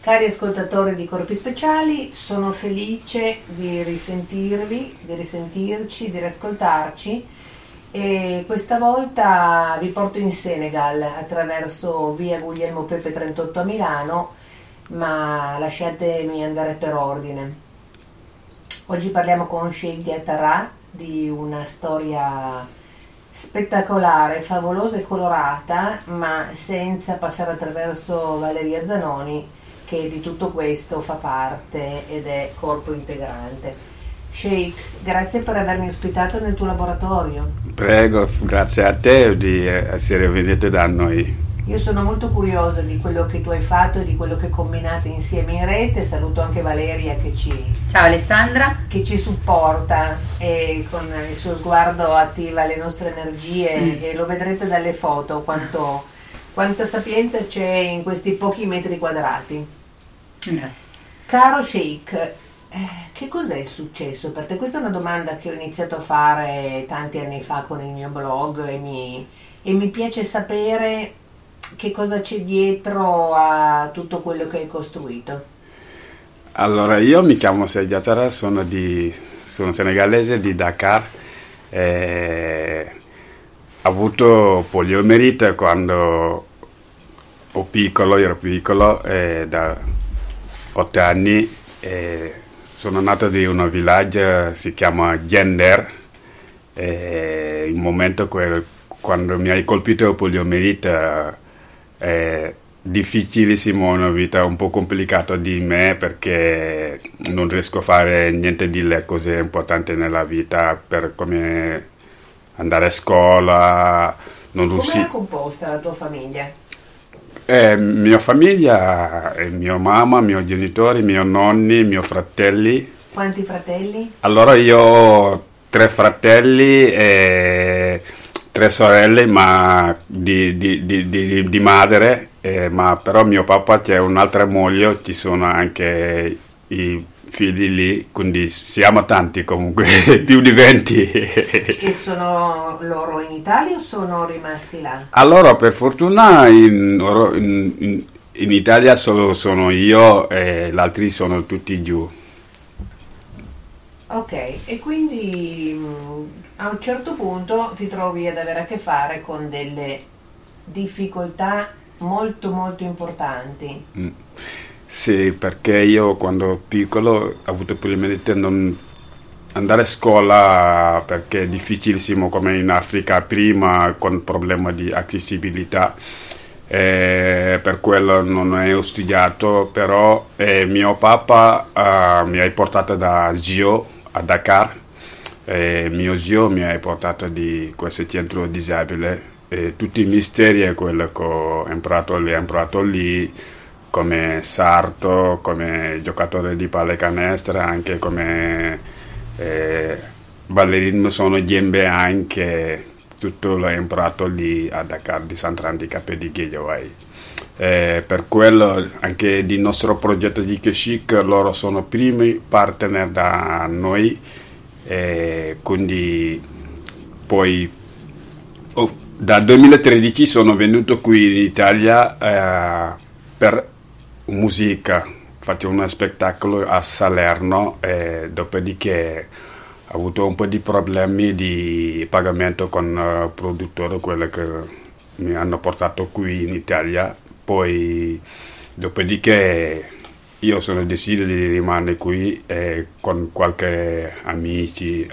Cari ascoltatori di Corpi Speciali, sono felice di risentirvi, di risentirci, di riascoltarci e questa volta vi porto in Senegal attraverso via Guglielmo Pepe 38 a Milano, ma lasciatemi andare per ordine. Oggi parliamo con Cheikh Diattara di una storia spettacolare, favolosa e colorata, ma senza passare attraverso Valeria Zanoni, che di tutto questo fa parte ed è corpo integrante. Cheikh, grazie per avermi ospitato nel tuo laboratorio. Prego, grazie a te di essere venuto da noi. Io sono molto curiosa di quello che tu hai fatto e di quello che combinate insieme in rete. Saluto anche Valeria Ciao Alessandra, che ci supporta e con il suo sguardo attiva le nostre energie e lo vedrete dalle foto quanta sapienza c'è in questi pochi metri quadrati. grazie. Caro Cheikh, che cos'è successo per te? Questa è una domanda che ho iniziato a fare tanti anni fa con il mio blog e mi piace sapere che cosa c'è dietro a tutto quello che hai costruito. Allora, io mi chiamo Cheikh Diattara, sono senegalese di Dakar. Ho avuto poliomielite quando ero piccolo, da 8 anni. Sono nato in un villaggio, si chiama Gender. Il momento quando mi hai colpito la poliomielite è difficilissimo, una vita un po' complicata di me perché non riesco a fare niente di le cose importanti nella vita, per come andare a scuola, non riuscivo. Come era composta la tua famiglia? Mia famiglia è mia mamma, i miei genitori, i miei nonni, i miei fratelli. Quanti fratelli? Allora io ho 3 fratelli e 3 sorelle, ma di madre, ma però mio papà c'è un'altra moglie, ci sono anche i figli lì, quindi siamo tanti comunque, più di 20. E sono loro in Italia o sono rimasti là? Allora, per fortuna in Italia solo sono io e gli altri sono tutti giù. Ok, e quindi a un certo punto ti trovi ad avere a che fare con delle difficoltà molto molto importanti. Sì, perché io quando piccolo ho avuto poliomielite non andare a scuola perché è difficilissimo come in Africa prima, con problema di accessibilità. Per quello non ho studiato, però mio papà mi ha portato da zio a Dakar. Mio zio mi ha portato di questo centro disabile e tutti i misteri è quello che ho imparato lì, come sarto, come giocatore di pallacanestro, anche come ballerino, sono djembe anche, tutto l'ho imparato lì a Dakar di Centro Handicap di Guédiawaye. Per quello anche di nostro progetto di Cheikh, loro sono primi partner da noi, quindi poi dal 2013 sono venuto qui in Italia per musica, faccio uno spettacolo a Salerno e dopodiché ho avuto un po' di problemi di pagamento con il produttore, quello che mi hanno portato qui in Italia. Poi dopodiché io sono deciso di rimanere qui con qualche amici,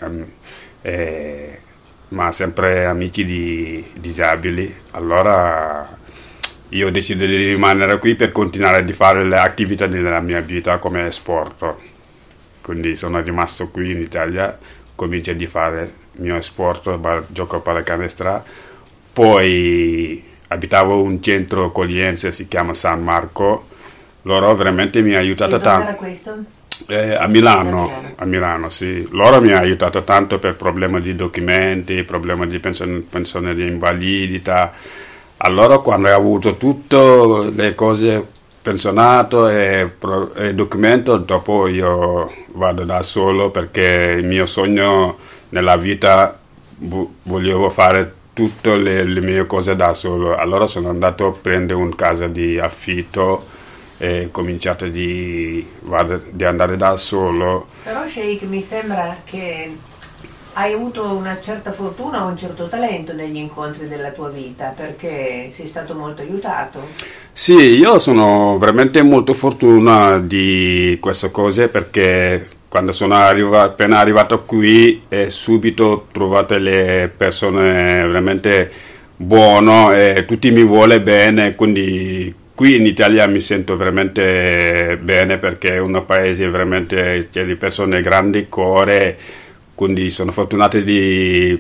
ma sempre amici disabili. Allora io ho deciso di rimanere qui per continuare a fare le attività della mia vita come sport. Quindi sono rimasto qui in Italia, comincio a fare il mio sport, gioco a pallacanestro. Poi abitavo in un centro accoglienza, si chiama San Marco. Loro veramente mi hanno aiutato tanto. Dove era questo? A Milano, sì. Loro mi hanno aiutato tanto per problemi di documenti, problemi di pensione di invalidità. Allora quando ho avuto tutte le cose pensionato e documento, dopo io vado da solo perché il mio sogno nella vita volevo fare tutte le mie cose da solo. Allora sono andato a prendere una casa di affitto e ho cominciato di andare da solo. Però Sheikh, mi sembra che hai avuto una certa fortuna o un certo talento negli incontri della tua vita, perché sei stato molto aiutato. Sì, io sono veramente molto fortunato di queste cose, perché quando sono appena arrivato qui subito ho trovato le persone veramente buone e tutti mi vuole bene, quindi qui in Italia mi sento veramente bene, perché è un paese veramente c'è di persone grandi cuore, quindi sono fortunato di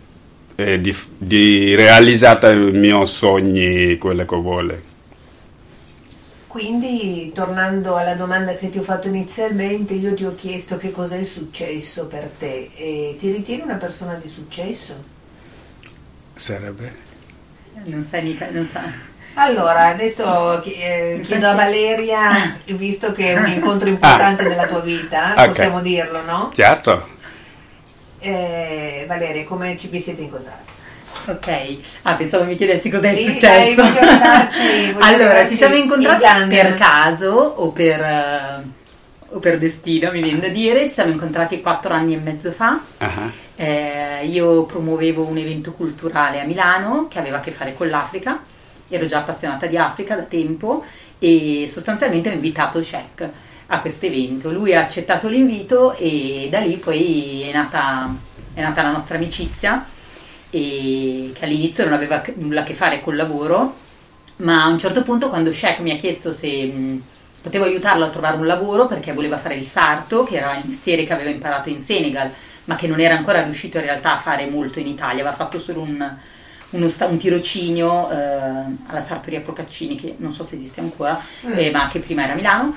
realizzare i miei sogni, quello che vuole. Quindi, tornando alla domanda che ti ho fatto inizialmente, io ti ho chiesto che cos'è il successo per te, e ti ritieni una persona di successo? Sarebbe? Non sai mica, non sa. Allora, adesso chiedo a Valeria, visto che è un incontro importante nella tua vita, Okay. Possiamo dirlo, no? Certo. Valeria, come vi siete incontrati? Ok, pensavo mi chiedessi cos'è Sì, successo. voglio darci Allora, ci siamo incontrati in tandem. per caso o per destino, mi viene da dire. Ci siamo incontrati 4 anni e mezzo fa. Uh-huh. Io promuovevo un evento culturale a Milano che aveva a che fare con l'Africa. Ero già appassionata di Africa da tempo e sostanzialmente ho invitato Sheikh a questo evento. Lui ha accettato l'invito e da lì poi è nata la nostra amicizia, e che all'inizio non aveva nulla a che fare col lavoro, ma a un certo punto, quando Sheikh mi ha chiesto se potevo aiutarlo a trovare un lavoro, perché voleva fare il sarto, che era il mestiere che aveva imparato in Senegal ma che non era ancora riuscito in realtà a fare molto in Italia, aveva fatto solo un tirocinio alla sartoria Procaccini, che non so se esiste ancora, ma che prima era a Milano.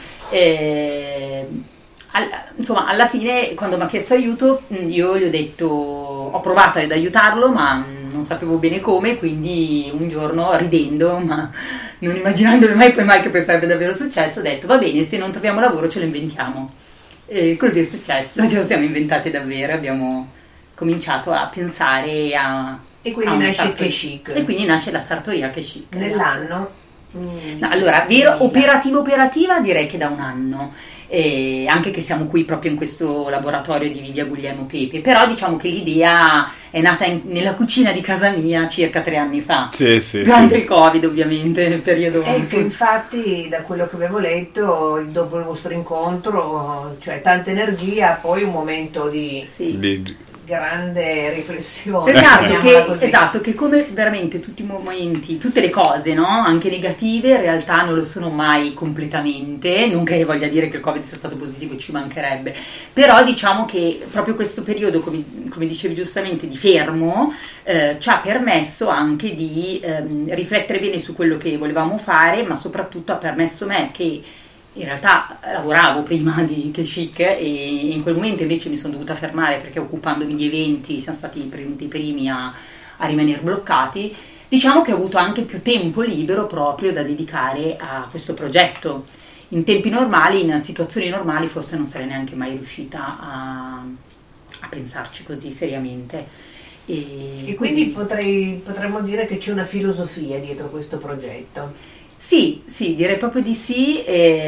Insomma, alla fine, quando mi ha chiesto aiuto, io gli ho detto, ho provato ad aiutarlo, ma non sapevo bene come, quindi un giorno, ridendo, ma non immaginando mai poi mai che sarebbe davvero successo, ho detto, va bene, se non troviamo lavoro ce lo inventiamo. E così è successo, ce lo siamo inventati davvero, abbiamo cominciato a pensare a... E quindi nasce Che Chic. E quindi nasce la sartoria Che Chic. Nell'anno? No, allora, operativa direi che da un anno, anche che siamo qui proprio in questo laboratorio di via Guglielmo Pepe, però diciamo che l'idea è nata nella cucina di casa mia circa 3 anni fa, durante il Covid, ovviamente, nel periodo. Ecco, infatti, da quello che avevo letto, dopo il vostro incontro, cioè tanta energia, poi un momento di grande riflessione. Esatto, che come veramente tutti i momenti, tutte le cose, no? Anche negative, in realtà non lo sono mai completamente, non che voglia dire che il Covid sia stato positivo, ci mancherebbe, però diciamo che proprio questo periodo, come dicevi giustamente, di fermo, ci ha permesso anche di riflettere bene su quello che volevamo fare, ma soprattutto ha permesso me, che in realtà lavoravo prima di Che Chic, e in quel momento invece mi sono dovuta fermare perché, occupandomi di eventi, siamo stati i primi a rimanere bloccati. Diciamo che ho avuto anche più tempo libero proprio da dedicare a questo progetto. In tempi normali, in situazioni normali, forse non sarei neanche mai riuscita a pensarci così seriamente. E quindi potremmo dire che c'è una filosofia dietro questo progetto. Sì, direi proprio di sì,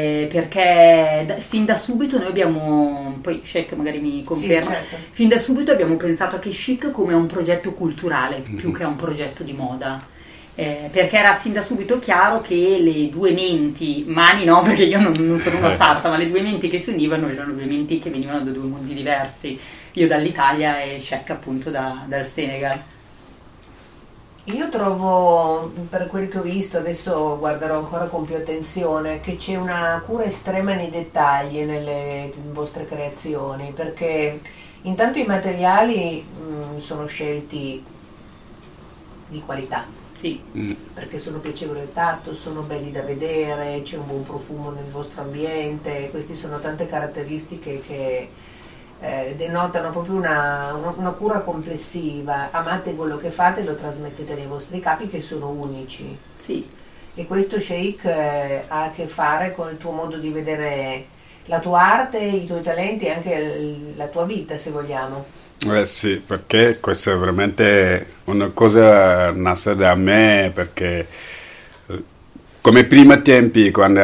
perché sin da subito noi abbiamo, poi Sheikh magari mi conferma, sì, certo. Fin da subito abbiamo pensato a Che Chic come a un progetto culturale più che a un progetto di moda, perché era sin da subito chiaro che le due mani no, perché io non sono una sarta, ma le due menti che si univano erano due menti che venivano da due mondi diversi, io dall'Italia e Sheikh appunto dal Senegal. Io trovo, per quel che ho visto, adesso guarderò ancora con più attenzione, che c'è una cura estrema nei dettagli nelle vostre creazioni, perché intanto i materiali sono scelti di qualità, sì, perché sono piacevoli al tatto, sono belli da vedere, c'è un buon profumo nel vostro ambiente, queste sono tante caratteristiche che denotano proprio una cura complessiva. Amate quello che fate e lo trasmettete nei vostri capi, che sono unici. Sì. E questo, Sheikh, ha a che fare con il tuo modo di vedere la tua arte, i tuoi talenti e anche la tua vita, se vogliamo. Sì, perché questa è veramente una cosa nasce da me, perché come primi tempi, quando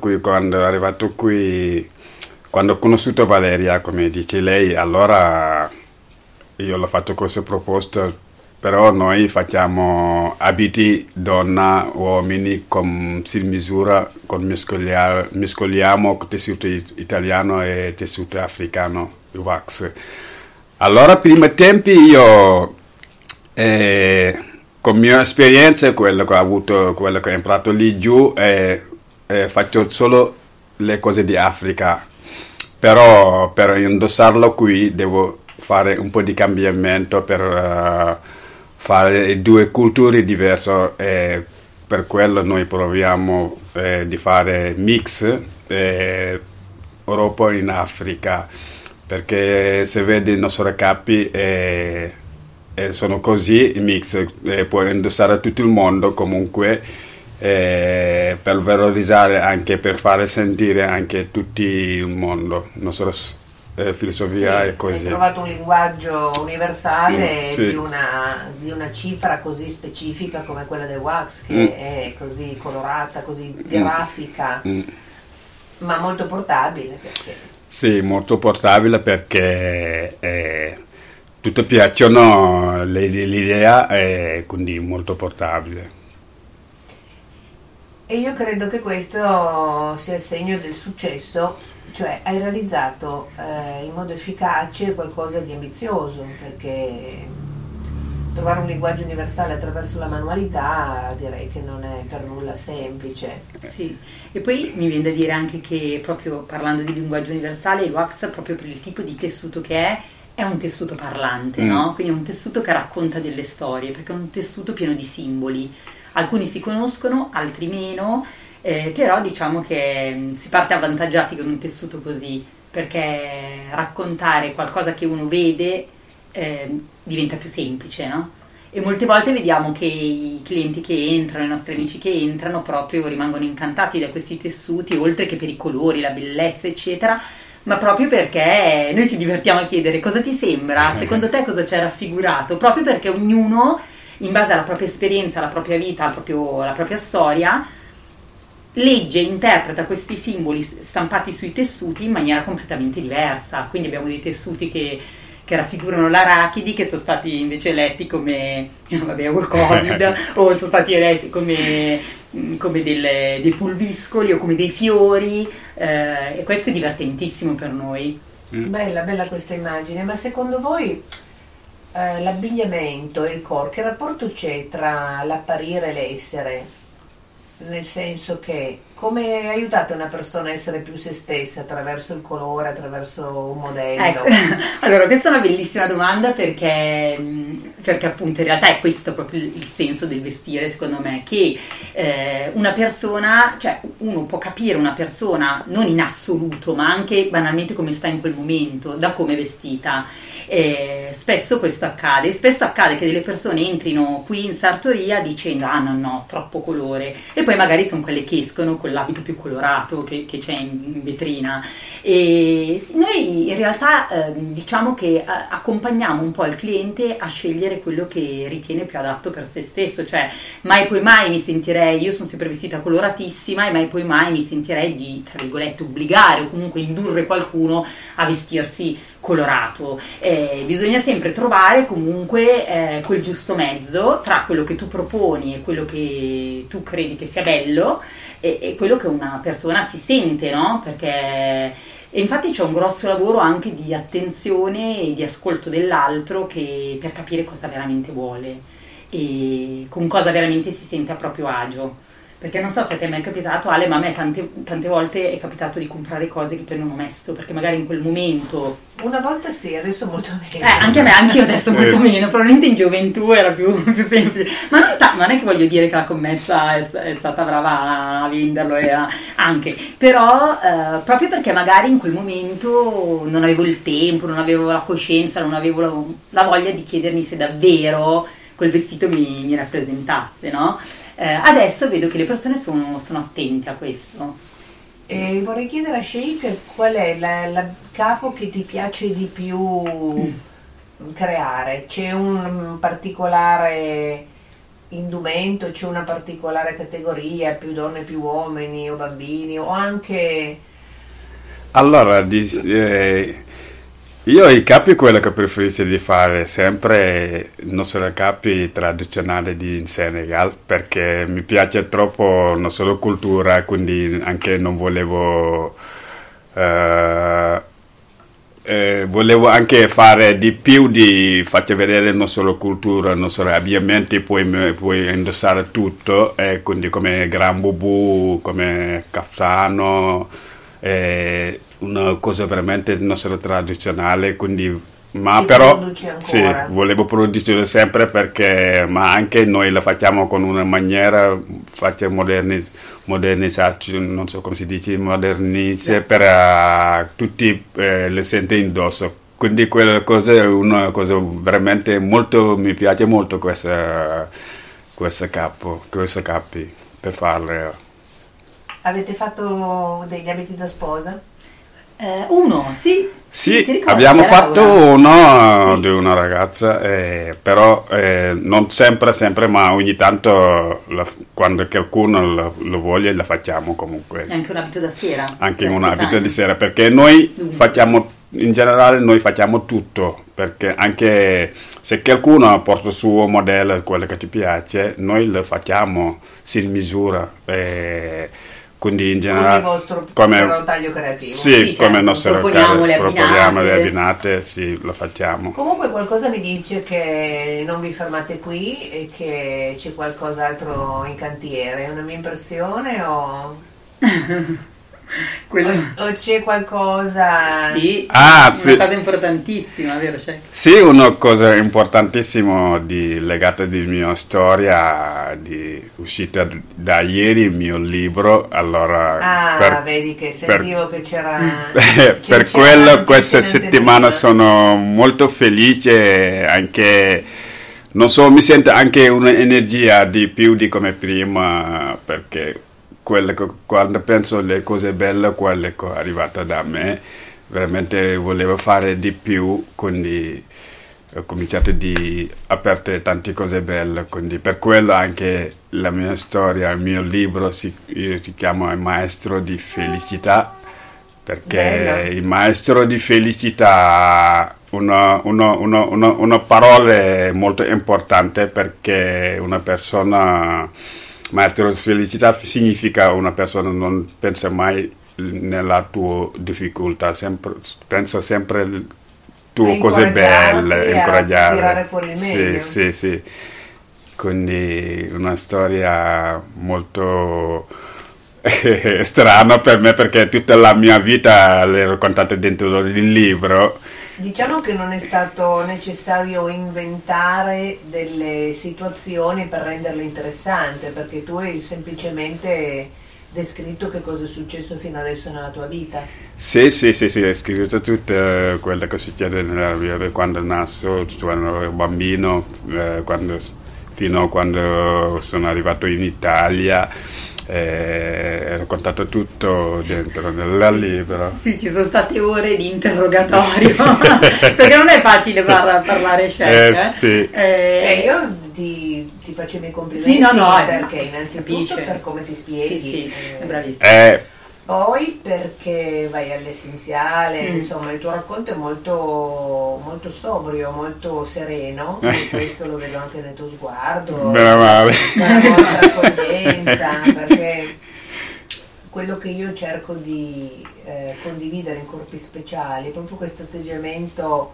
ho conosciuto Valeria, come dice lei, allora io l'ho fatto questa proposta, però noi facciamo abiti donna, uomini, si misura, mescoliamo tessuto italiano e tessuto africano, il wax. Allora, primi tempi io, con mia esperienza, quello che ho avuto, quello che ho imparato lì giù, faccio solo le cose di Africa, però per indossarlo qui devo fare un po' di cambiamento per fare due culture diverse, per quello noi proviamo di fare mix Europa in Africa, perché se vedi i nostri capi sono così mix, puoi indossare tutto il mondo comunque, per valorizzare, anche per fare sentire anche tutto il mondo, la nostra filosofia è così. Hai trovato un linguaggio universale sì. di una cifra così specifica come quella del wax, che è così colorata, così grafica, ma molto portabile. Sì, molto portabile perché tutti piacciono l'idea, e quindi molto portabile. E io credo che questo sia il segno del successo, cioè hai realizzato in modo efficace qualcosa di ambizioso, perché trovare un linguaggio universale attraverso la manualità direi che non è per nulla semplice. Sì, e poi mi viene da dire anche che, proprio parlando di linguaggio universale, il wax, proprio per il tipo di tessuto che è un tessuto parlante, no? Quindi è un tessuto che racconta delle storie, perché è un tessuto pieno di simboli. Alcuni si conoscono, altri meno, però diciamo che si parte avvantaggiati con un tessuto così, perché raccontare qualcosa che uno vede diventa più semplice, no? E molte volte vediamo che i clienti che entrano, i nostri amici che entrano, proprio rimangono incantati da questi tessuti, oltre che per i colori, la bellezza, eccetera, ma proprio perché noi ci divertiamo a chiedere cosa ti sembra, secondo te cosa c'è raffigurato, proprio perché ognuno, in base alla propria esperienza, alla propria vita, alla propria storia, legge e interpreta questi simboli stampati sui tessuti in maniera completamente diversa. Quindi abbiamo dei tessuti che raffigurano l'arachidi, che sono stati invece letti come, vabbè, col Covid, o sono stati eletti come dei pulviscoli o come dei fiori, e questo è divertentissimo per noi. Bella questa immagine, ma secondo voi l'abbigliamento e il corpo, che rapporto c'è tra l'apparire e l'essere? Nel senso che come aiutate una persona a essere più se stessa attraverso il colore, attraverso un modello? Ecco. Allora, questa è una bellissima domanda, perché appunto in realtà è questo proprio il senso del vestire, secondo me, che una persona, cioè uno può capire una persona non in assoluto, ma anche banalmente come sta in quel momento, da come è vestita. Spesso questo accade, che delle persone entrino qui in sartoria dicendo no, troppo colore, e poi magari sono quelle che escono con l'abito più colorato che c'è in vetrina. E noi in realtà diciamo che accompagniamo un po' il cliente a scegliere quello che ritiene più adatto per se stesso, cioè mai poi mai mi sentirei, io sono sempre vestita coloratissima, e mai poi mai mi sentirei di, tra virgolette, obbligare o comunque indurre qualcuno a vestirsi colorato. Bisogna sempre trovare comunque quel giusto mezzo tra quello che tu proponi e quello che tu credi che sia bello, e quello che una persona si sente, no? Perché e infatti c'è un grosso lavoro anche di attenzione e di ascolto dell'altro, per capire cosa veramente vuole e con cosa veramente si sente a proprio agio. Perché non so se ti è mai capitato, Ale, ma a me tante volte è capitato di comprare cose che poi non ho messo, perché magari in quel momento... Una volta sì, adesso molto meno. Anche a me, anche io adesso molto meno, probabilmente in gioventù era più semplice. Ma non è che voglio dire che la commessa è stata brava a venderlo, anche, però proprio perché magari in quel momento non avevo il tempo, non avevo la coscienza, non avevo la voglia di chiedermi se davvero quel vestito mi rappresentasse, no? Adesso vedo che le persone sono attente a questo. Vorrei chiedere a Sheikh qual è il capo che ti piace di più creare. C'è un particolare indumento c'è una particolare categoria, più donne, più uomini o bambini o anche... Allora, io i capi quello che preferisco di fare sempre non sono capi tradizionali in Senegal perché mi piace troppo non solo cultura, quindi anche non volevo volevo anche fare di più, di farci vedere non solo cultura, non solo abbigliamenti, puoi indossare tutto, quindi come Gran Bubu, come kaftano, una cosa veramente non solo tradizionale, quindi ma però sì, volevo produrre sempre perché ma anche noi la facciamo con una maniera, facciamo modernizzarci, non so come si dice, modernizzare per tutti le sente indosso. Quindi quella cosa è una cosa veramente molto, mi piace molto questa capi per farle. Avete fatto degli abiti da sposa? Uno, sì. Sì, abbiamo fatto uno di una ragazza, però non sempre, ma ogni tanto quando qualcuno lo voglia la facciamo comunque. Anche un abito da sera. Anche un abito di sera, perché noi facciamo, in generale noi facciamo tutto, perché anche se qualcuno porta il suo modello, quello che ti piace, noi lo facciamo su misura. Quindi in generale come il vostro taglio creativo, sì, come il nostro proponiamo le abbinate, sì, lo facciamo. Comunque qualcosa mi dice che non vi fermate qui e che c'è qualcos'altro in cantiere, è una mia impressione o o c'è qualcosa? Sì, sì. Una cosa importantissima, vero? Sì, una cosa importantissima legata alla mia storia, uscita da ieri il mio libro. Allora, vedi che sentivo che c'era. Per quello questa settimana sono molto felice, anche non so, mi sento anche un'energia di più di come prima, perché quando penso alle cose belle, quelle che è arrivata da me, veramente volevo fare di più, quindi ho cominciato di aprire tante cose belle, quindi per quello anche la mia storia, il mio libro si chiama Il Maestro di Felicità, perché il Maestro di Felicità una parola molto importante, perché una persona maestro di felicità significa una persona non pensa mai nella tua difficoltà, pensa sempre tue cose belle, incoraggiare, tirare fuori il meglio. Sì. Quindi una storia molto strana per me, perché tutta la mia vita l'ho raccontata dentro il libro. Diciamo che non è stato necessario inventare delle situazioni per renderle interessanti, perché tu hai semplicemente descritto che cosa è successo fino adesso nella tua vita. Sì, hai scritto tutto quello che succede nella mia vita, quando nasco, quando ero bambino, fino a quando sono arrivato in Italia. Ho raccontato tutto dentro nel libro. Sì, ci sono state ore di interrogatorio perché non è facile parlare chef. Sì. Io ti faccio i miei complimenti, sì, no, perché innanzitutto per come ti spieghi, sì, è bravissimo. Poi perché vai all'essenziale, insomma il tuo racconto è molto, molto sobrio, molto sereno, e questo lo vedo anche nel tuo sguardo, nella tua accoglienza, perché quello che io cerco di condividere in Corpi Speciali è proprio questo atteggiamento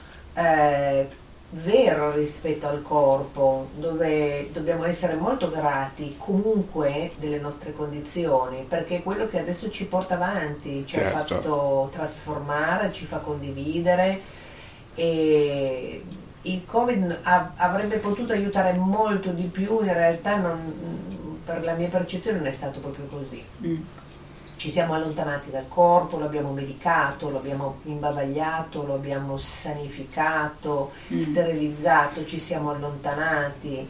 vero rispetto al corpo, dove dobbiamo essere molto grati comunque delle nostre condizioni, perché è quello che adesso ci porta avanti, ci ha fatto trasformare, ci fa condividere, e il Covid avrebbe potuto aiutare molto di più, in realtà per la mia percezione non è stato proprio così. Ci siamo allontanati dal corpo, lo abbiamo medicato, lo abbiamo imbavagliato, lo abbiamo sanificato, sterilizzato, ci siamo allontanati,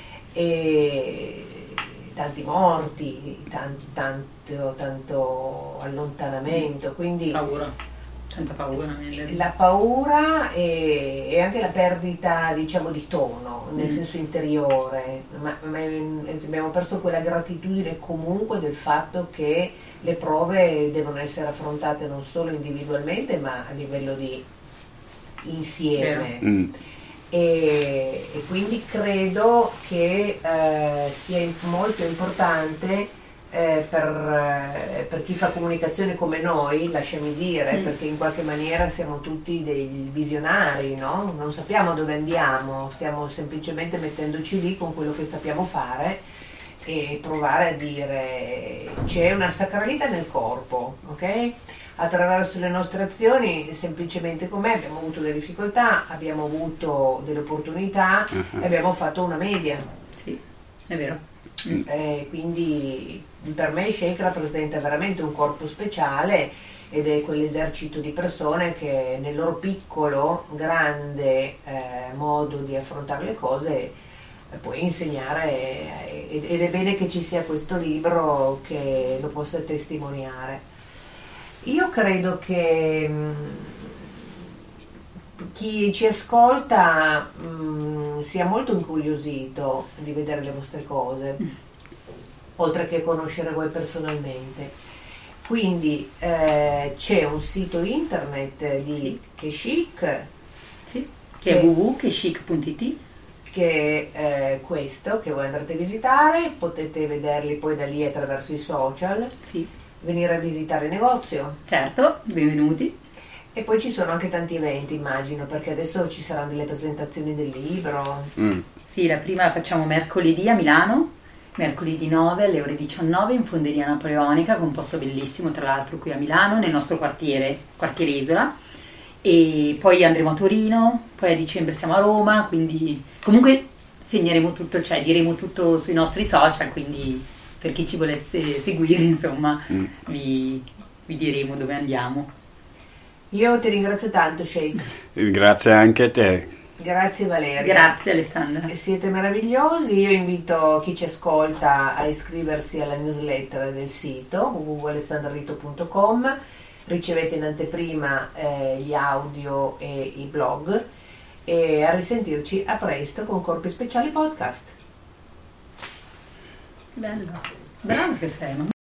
e tanti morti, tanto allontanamento, quindi paura. senta paura. La paura e anche la perdita, diciamo, di tono, nel senso interiore, ma abbiamo perso quella gratitudine comunque del fatto che le prove devono essere affrontate non solo individualmente ma a livello di insieme. E quindi credo che sia molto importante per chi fa comunicazione come noi, lasciami dire, perché in qualche maniera siamo tutti dei visionari, no? Non sappiamo dove andiamo, stiamo semplicemente mettendoci lì con quello che sappiamo fare e provare a dire c'è una sacralità nel corpo, ok? Attraverso le nostre azioni, semplicemente com'è, abbiamo avuto delle difficoltà, abbiamo avuto delle opportunità e abbiamo fatto una media. Sì, è vero. Quindi per me Shake rappresenta veramente un corpo speciale ed è quell'esercito di persone che nel loro piccolo, grande modo di affrontare le cose puoi insegnare ed è bene che ci sia questo libro che lo possa testimoniare. Io credo che chi ci ascolta sia molto incuriosito di vedere le vostre cose, oltre che conoscere voi personalmente. Quindi c'è un sito internet di Keshic, che è www.keshic.it, che è questo che voi andrete a visitare, potete vederli poi da lì attraverso i social, venire a visitare il negozio. Certo, benvenuti. E poi ci sono anche tanti eventi, immagino, perché adesso ci saranno delle presentazioni del libro. Sì, la prima la facciamo mercoledì a Milano, mercoledì 9 alle ore 19 in Fonderia Napoleonica, con un posto bellissimo tra l'altro qui a Milano, nel nostro quartiere Isola. E poi andremo a Torino, poi a dicembre siamo a Roma, quindi comunque segneremo tutto, cioè diremo tutto sui nostri social, quindi per chi ci volesse seguire, insomma, vi diremo dove andiamo. Io ti ringrazio tanto, Shake. Grazie anche a te. Grazie Valeria. Grazie Alessandra. Siete meravigliosi. Io invito chi ci ascolta a iscriversi alla newsletter del sito www.alessandrarito.com. Ricevete in anteprima gli audio e i blog e a risentirci a presto con Corpi Speciali Podcast. Bello, bravo che sei, no?